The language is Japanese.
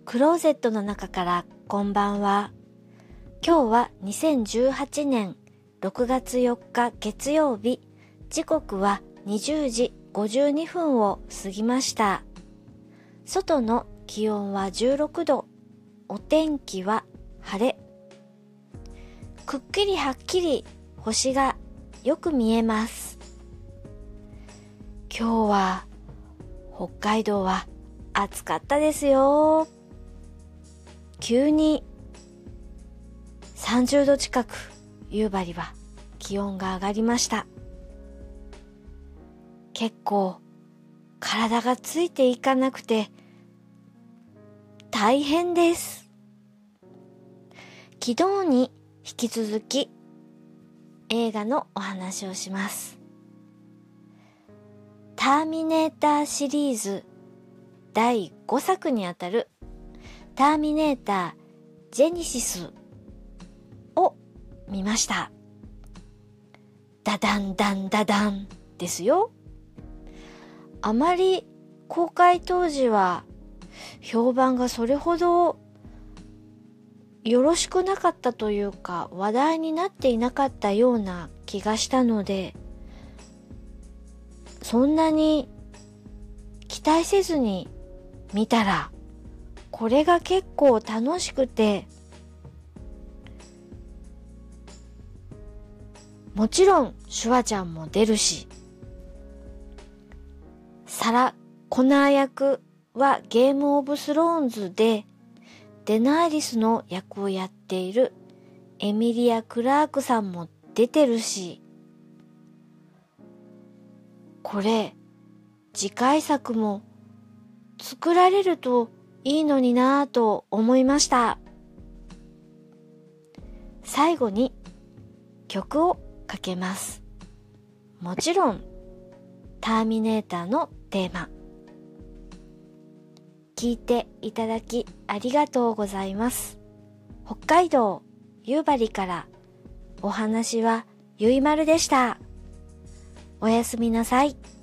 クローゼットの中からこんばんは。今日は2018年6月4日月曜日、時刻は20時52分を過ぎました。外の気温は16度、お天気は晴れ。くっきりはっきり星がよく見えます。今日は北海道は暑かったですよ。急に30度近く夕張は気温が上がりました。結構体がついていかなくて大変です。昨日に引き続き映画のお話をします。ターミネーターシリーズ第5作にあたるターミネータージェニシスを見ました。ダダンダンダダンですよ。あまり公開当時は評判がそれほどよろしくなかったというか、話題になっていなかったような気がしたので、そんなに期待せずに見たら、これが結構楽しくて、もちろんシュワちゃんも出るし、サラ・コナー役はゲームオブスローンズでデナーリスの役をやっているエミリア・クラークさんも出てるし、これ次回作も作られるといいのになぁと思いました。最後に曲をかけます。もちろんターミネーターのテーマ。聞いていただきありがとうございます。北海道夕張からお話はゆいまるでした。おやすみなさい。